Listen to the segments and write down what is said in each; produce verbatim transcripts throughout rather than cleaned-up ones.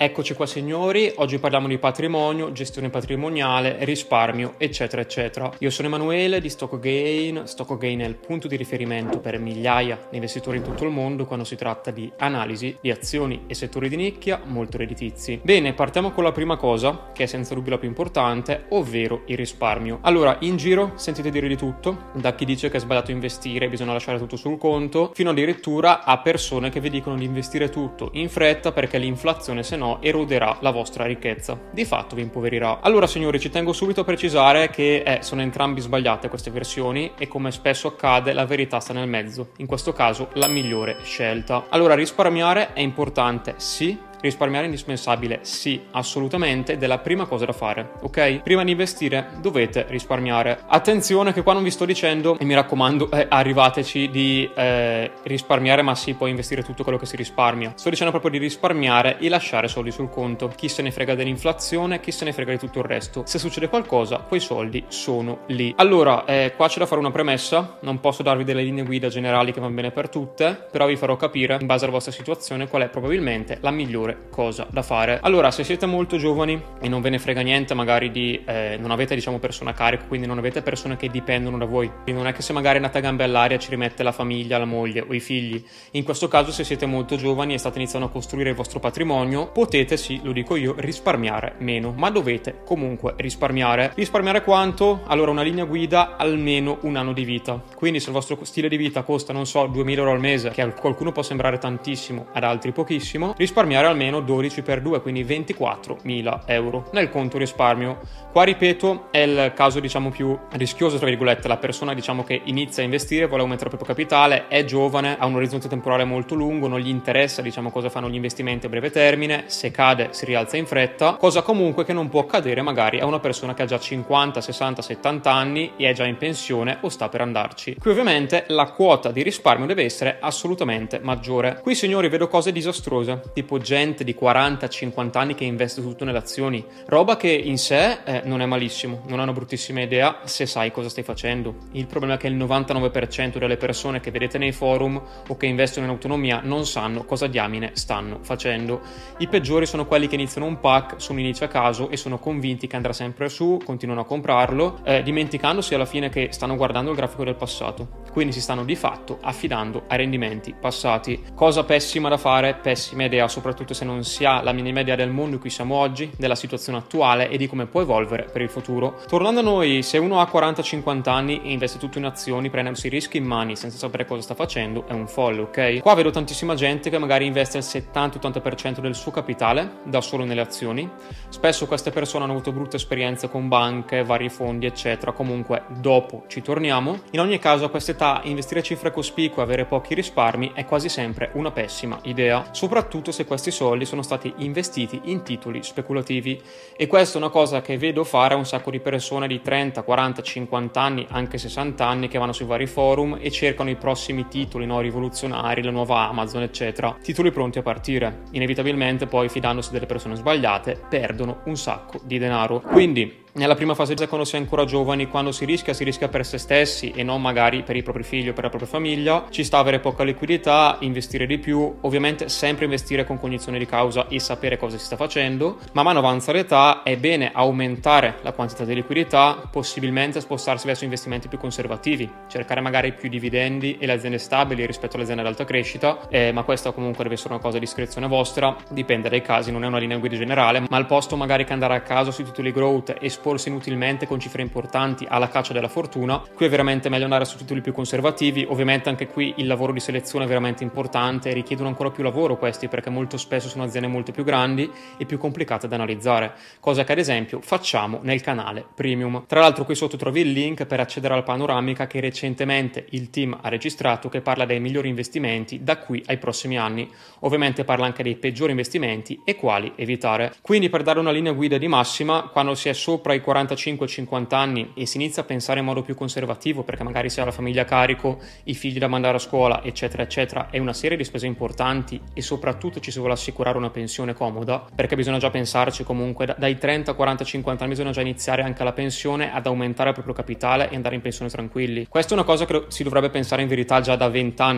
Eccoci qua signori, oggi parliamo di patrimonio, gestione patrimoniale, risparmio, eccetera eccetera. Io sono Emanuele di StockGain. StockGain è il punto di riferimento per migliaia di investitori in tutto il mondo quando si tratta di analisi di azioni e settori di nicchia molto redditizi. Bene, partiamo con la prima cosa, che è senza dubbio la più importante, ovvero il risparmio. Allora, in giro sentite dire di tutto, da chi dice che è sbagliato investire, bisogna lasciare tutto sul conto, fino addirittura a persone che vi dicono di investire tutto in fretta perché l'inflazione se no eroderà la vostra ricchezza, di fatto vi impoverirà. Allora signori, ci tengo subito a precisare che eh, sono entrambi sbagliate queste versioni e come spesso accade la verità sta nel mezzo, in questo caso la migliore scelta. Allora, risparmiare è importante, sì. Risparmiare è indispensabile? Sì, assolutamente, ed è la prima cosa da fare, ok? Prima di investire dovete risparmiare. Attenzione che qua non vi sto dicendo, e mi raccomando, eh, arrivateci di eh, risparmiare, ma sì, poi investire tutto quello che si risparmia. Sto dicendo proprio di risparmiare e lasciare soldi sul conto. Chi se ne frega dell'inflazione, chi se ne frega di tutto il resto. Se succede qualcosa, quei soldi sono lì. Allora, eh, qua c'è da fare una premessa, non posso darvi delle linee guida generali che vanno bene per tutte, però vi farò capire, in base alla vostra situazione, qual è probabilmente la migliore cosa da fare. Allora, se siete molto giovani e non ve ne frega niente magari di eh, non avete diciamo persone a carico, quindi non avete persone che dipendono da voi, quindi non è che se magari andate a gambe all'aria ci rimette la famiglia, la moglie o i figli. In questo caso, se siete molto giovani e state iniziando a costruire il vostro patrimonio, potete, sì, lo dico io, risparmiare meno, ma dovete comunque risparmiare. Risparmiare quanto? Allora, una linea guida, almeno un anno di vita. Quindi se il vostro stile di vita costa, non so, duemila euro al mese, che a qualcuno può sembrare tantissimo, ad altri pochissimo, risparmiare almeno dodici per due, quindi ventiquattromila euro nel conto risparmio. Qua ripeto, è il caso diciamo più rischioso, tra virgolette. La persona diciamo che inizia a investire, vuole aumentare il proprio capitale, è giovane, ha un orizzonte temporale molto lungo, non gli interessa diciamo cosa fanno gli investimenti a breve termine, se cade si rialza in fretta, cosa comunque che non può accadere magari a una persona che ha già cinquanta, sessanta, settanta anni e è già in pensione o sta per andarci. Qui ovviamente la quota di risparmio deve essere assolutamente maggiore. Qui signori vedo cose disastrose, tipo gente di quaranta cinquanta anni che investe tutto nelle azioni, roba che in sé eh, non è malissimo, non è una bruttissima idea se sai cosa stai facendo. Il problema è che il novantanove per cento delle persone che vedete nei forum o che investono in autonomia non sanno cosa diamine stanno facendo. I peggiori sono quelli che iniziano un pack su un inizio a caso e sono convinti che andrà sempre su, continuano a comprarlo, eh, dimenticandosi alla fine che stanno guardando il grafico del passato, quindi si stanno di fatto affidando a rendimenti passati. Cosa pessima da fare, pessima idea, soprattutto se non si ha la minima idea del mondo in cui siamo oggi, della situazione attuale e di come può evolvere per il futuro. Tornando a noi, se uno ha quaranta cinquanta anni e investe tutto in azioni, prendendosi rischi in mani senza sapere cosa sta facendo, è un folle, ok? Qua vedo tantissima gente che magari investe il settanta ottanta per cento del suo capitale da solo nelle azioni. Spesso queste persone hanno avuto brutte esperienze con banche, vari fondi, eccetera. Comunque, dopo ci torniamo. In ogni caso, a quest'età, investire cifre cospicue e avere pochi risparmi è quasi sempre una pessima idea, soprattutto se questi soldi sono stati investiti in titoli speculativi. E questa è una cosa che vedo fare a un sacco di persone di trenta, quaranta, cinquanta anni, anche sessanta anni, che vanno sui vari forum e cercano i prossimi titoli, no, rivoluzionari, la nuova Amazon, eccetera. Titoli pronti a partire. Inevitabilmente poi, fidandosi delle persone sbagliate, perdono un sacco di denaro. Quindi nella prima fase, quando si è ancora giovani, quando si rischia, si rischia per se stessi e non magari per i propri figli o per la propria famiglia. Ci sta avere poca liquidità, investire di più, ovviamente sempre investire con cognizione di causa e sapere cosa si sta facendo. Man mano avanza l'età, è bene aumentare la quantità di liquidità, possibilmente spostarsi verso investimenti più conservativi, cercare magari più dividendi e le aziende stabili rispetto alle aziende ad alta crescita, eh, ma questa comunque deve essere una cosa a discrezione vostra, dipende dai casi, non è una linea guida generale, ma al posto magari che andare a caso sui titoli growth e esporsi inutilmente con cifre importanti alla caccia della fortuna, qui è veramente meglio andare su titoli più conservativi. Ovviamente anche qui il lavoro di selezione è veramente importante e richiedono ancora più lavoro questi, perché molto spesso sono aziende molto più grandi e più complicate da analizzare, cosa che ad esempio facciamo nel canale Premium. Tra l'altro qui sotto trovi il link per accedere alla panoramica che recentemente il team ha registrato, che parla dei migliori investimenti da qui ai prossimi anni. Ovviamente parla anche dei peggiori investimenti e quali evitare. Quindi, per dare una linea guida di massima, quando si è sopra i quarantacinque cinquanta anni e si inizia a pensare in modo più conservativo, perché magari si ha la famiglia a carico, i figli da mandare a scuola, eccetera eccetera, e una serie di spese importanti, e soprattutto ci si vuole assicurare una pensione comoda, perché bisogna già pensarci comunque dai trenta quaranta cinquanta anni, bisogna già iniziare anche la pensione ad aumentare il proprio capitale e andare in pensione tranquilli. Questa è una cosa che si dovrebbe pensare in verità già da venti anni,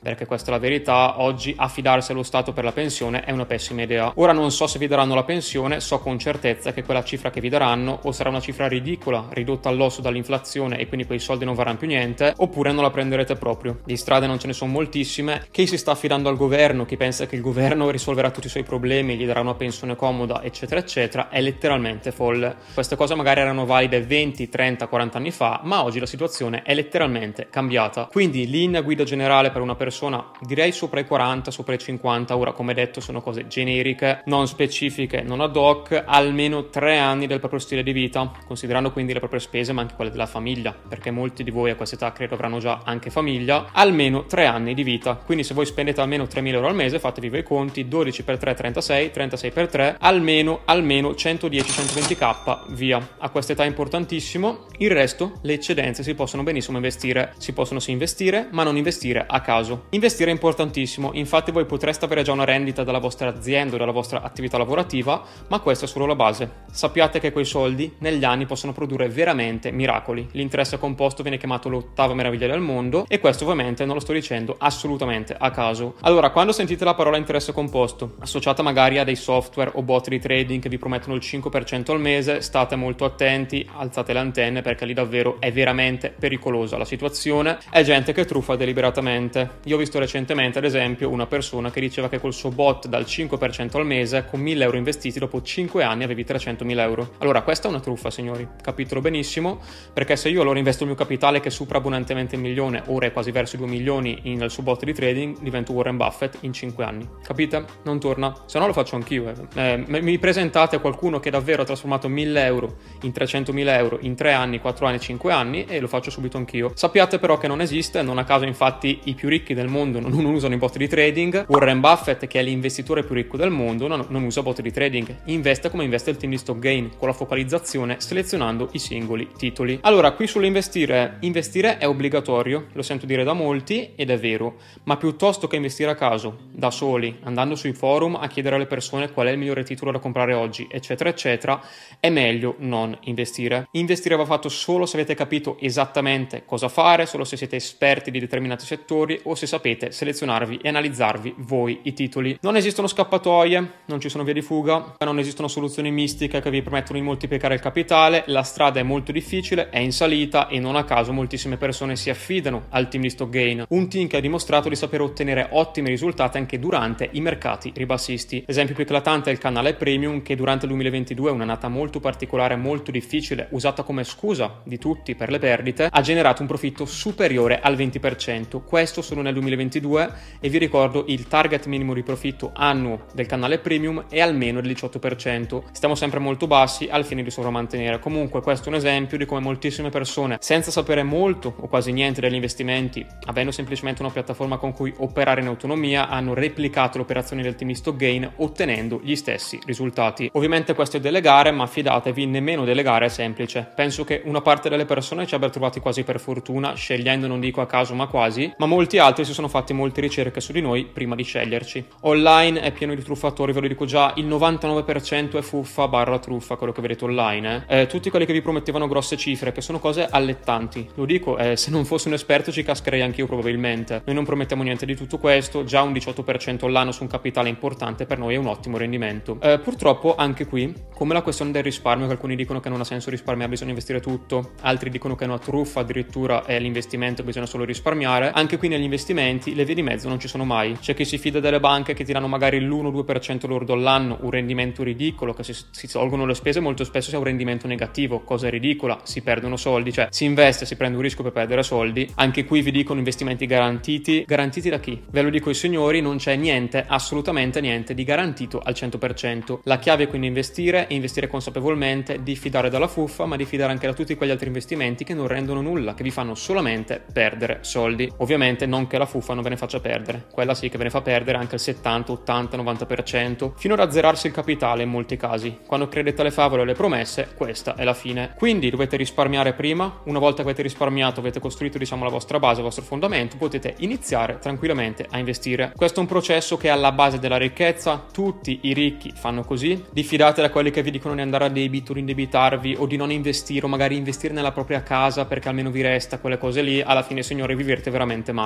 perché questa è la verità. Oggi affidarsi allo Stato per la pensione è una pessima idea. Ora non so se vi daranno la pensione, so con certezza che quella cifra che vi daranno o sarà una cifra ridicola, ridotta all'osso dall'inflazione e quindi quei soldi non varranno più niente, oppure non la prenderete proprio. Di strade non ce ne sono moltissime. Chi si sta affidando al governo, chi pensa che il governo risolverà tutti i suoi problemi, gli darà una pensione comoda, eccetera eccetera, è letteralmente folle. Queste cose magari erano valide venti, trenta, quaranta anni fa, ma oggi la situazione è letteralmente cambiata. Quindi linea guida generale per una persona, direi sopra i quaranta, sopra i cinquanta, ora come detto sono cose generiche, non specifiche, non ad hoc, almeno tre anni del proprio stile di vita, considerando quindi le proprie spese ma anche quelle della famiglia, perché molti di voi a questa età credo avranno già anche famiglia, almeno tre anni di vita. Quindi se voi spendete almeno tremila euro al mese, fatevi voi i conti, dodici per tre, trentasei, trentasei per tre, almeno, almeno centodieci centoventi k, via. A questa età è importantissimo. Il resto, le eccedenze si possono benissimo investire, si possono sì investire, ma non investire a caso. Investire è importantissimo, infatti voi potreste avere già una rendita dalla vostra azienda o dalla vostra attività lavorativa, ma questa è solo la base. Sappiate che quei soldi negli anni possono produrre veramente miracoli. L'interesse composto viene chiamato l'ottava meraviglia del mondo e questo ovviamente non lo sto dicendo assolutamente a caso. Allora, quando sentite la parola interesse composto, associata magari a dei software o bot di trading che vi promettono il cinque per cento al mese, state molto attenti, alzate le antenne perché lì davvero è veramente pericolosa la situazione. È gente che truffa deliberatamente. Io ho visto recentemente ad esempio una persona che diceva che col suo bot dal cinque per cento al mese con mille euro investiti dopo cinque anni avevi trecentomila euro. Allora questa è una truffa, signori, capitelo benissimo, perché se io allora investo il mio capitale che supera abbondantemente il milione, ora è quasi verso i due milioni nel suo bot di trading, divento Warren Buffett in cinque anni, capite? Non torna, se no lo faccio anch'io. eh. Eh, mi presentate qualcuno che davvero ha trasformato mille euro in trecentomila euro in tre anni, quattro anni, cinque anni e lo faccio subito anch'io. Sappiate però che non esiste, non a caso infatti i più ricchi del mondo non, non usano i bot di trading. Warren Buffett, che è l'investitore più ricco del mondo, non, non usa bot di trading, investe come investe il team di Stock Gain, con la focalizzazione selezionando i singoli titoli. Allora, qui sull'investire, investire è obbligatorio, lo sento dire da molti ed è vero, ma piuttosto che investire a caso, da soli, andando sui forum a chiedere alle persone qual è il migliore titolo da comprare oggi, eccetera eccetera, è meglio non investire. Investire va fatto solo se avete capito esattamente cosa fare, solo se siete esperti di determinati settori o se sapete selezionarvi e analizzarvi voi i titoli. Non esistono scappatoie, non ci sono vie di fuga, non esistono soluzioni mistiche che vi permettono di moltiplicare il capitale, la strada è molto difficile, è in salita e non a caso moltissime persone si affidano al team di Stock Gain, un team che ha dimostrato di sapere ottenere ottimi risultati anche durante i mercati ribassisti. L'esempio più eclatante è il canale Premium, che durante il duemilaventidue, un'annata molto particolare, molto difficile, usata come scusa di tutti per le perdite, ha generato un profitto superiore al venti per cento, questo solo nel duemilaventidue, e vi ricordo il target minimo di profitto annuo del canale Premium è almeno del diciotto per cento. Stiamo sempre molto bassi al fine di sovramantenere. Comunque questo è un esempio di come moltissime persone, senza sapere molto o quasi niente degli investimenti, avendo semplicemente una piattaforma con cui operare in autonomia, hanno replicato le operazioni del team di Stock Gain ottenendo gli stessi risultati. Ovviamente questo è delegare, ma fidatevi, nemmeno delegare è semplice. Penso che una parte delle persone ci abbia trovati quasi per fortuna, scegliendo non dico a caso ma quasi, ma molti altri si sono fatti molte ricerche su di noi prima di sceglierci. Online è pieno di truffatori, ve lo dico già, il novantanove per cento è fuffa barra truffa, quello che vedete online. Eh. Eh, tutti quelli che vi promettevano grosse cifre, che sono cose allettanti. Lo dico, eh, se non fossi un esperto ci cascherei anch'io probabilmente. Noi non promettiamo niente di tutto questo, già un diciotto per cento all'anno su un capitale importante per noi è un ottimo rendimento. Eh, purtroppo anche qui, come la questione del risparmio, che alcuni dicono che non ha senso risparmiare, bisogna investire tutto, altri dicono che è una truffa, addirittura è l'investimento, bisogna solo risparmiare. Anche qui negli investimenti le vie di mezzo non ci sono mai. C'è chi si fida delle banche che ti danno magari l'uno due per cento lordo all'anno, un rendimento ridicolo, che se si tolgono le spese molto spesso si ha un rendimento negativo, cosa ridicola, si perdono soldi, cioè si investe, si prende un rischio per perdere soldi. Anche qui vi dicono investimenti garantiti. Garantiti da chi? Ve lo dico ai signori, non c'è niente, assolutamente niente di garantito al cento per cento. La chiave è quindi investire e investire consapevolmente, diffidare dalla fuffa, ma diffidare anche da tutti quegli altri investimenti che non rendono nulla, che vi fanno solamente perdere soldi. Ovviamente non che la fuffa non ve ne faccia perdere, quella sì che ve ne fa perdere anche il settanta, ottanta, novanta per cento, fino ad azzerarsi il capitale in molti casi. Quando credete alle favole e alle promesse, questa è la fine. Quindi dovete risparmiare prima, una volta che avete risparmiato, avete costruito diciamo la vostra base, il vostro fondamento, potete iniziare tranquillamente a investire. Questo è un processo che è alla base della ricchezza, tutti i ricchi fanno così. Diffidate da quelli che vi dicono di andare a debito, di indebitarvi o di non investire o magari investire nella propria casa perché almeno vi resta, quelle cose lì, alla fine signori vivete veramente male, perché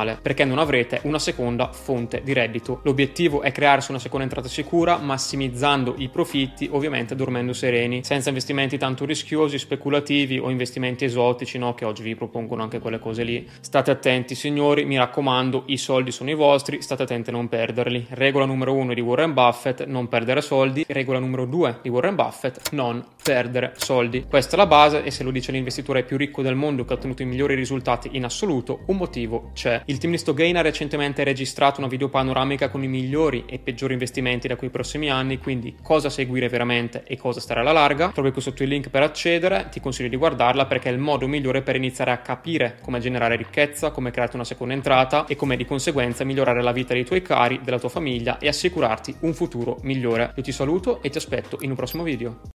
non avrete una seconda fonte di reddito. L'obiettivo è crearsi una seconda entrata sicura, massimizzando i profitti, ovviamente dormendo sereni, senza investimenti tanto rischiosi, speculativi o investimenti esotici, no? Che oggi vi propongono anche quelle cose lì. State attenti signori, mi raccomando, i soldi sono i vostri, state attenti a non perderli. Regola numero uno di Warren Buffett: non perdere soldi. Regola numero due di Warren Buffett: non perdere soldi. Questa è la base, e se lo dice l'investitore più ricco del mondo che ha ottenuto i migliori risultati in assoluto, un motivo c'è. Il team di Stogain ha recentemente registrato una video panoramica con i migliori e peggiori investimenti da quei prossimi anni, quindi cosa seguire veramente e cosa stare alla larga. Trovi qui sotto il link per accedere, ti consiglio di guardarla perché è il modo migliore per iniziare a capire come generare ricchezza, come crearti una seconda entrata e come di conseguenza migliorare la vita dei tuoi cari, della tua famiglia e assicurarti un futuro migliore. Io ti saluto e ti aspetto in un prossimo video.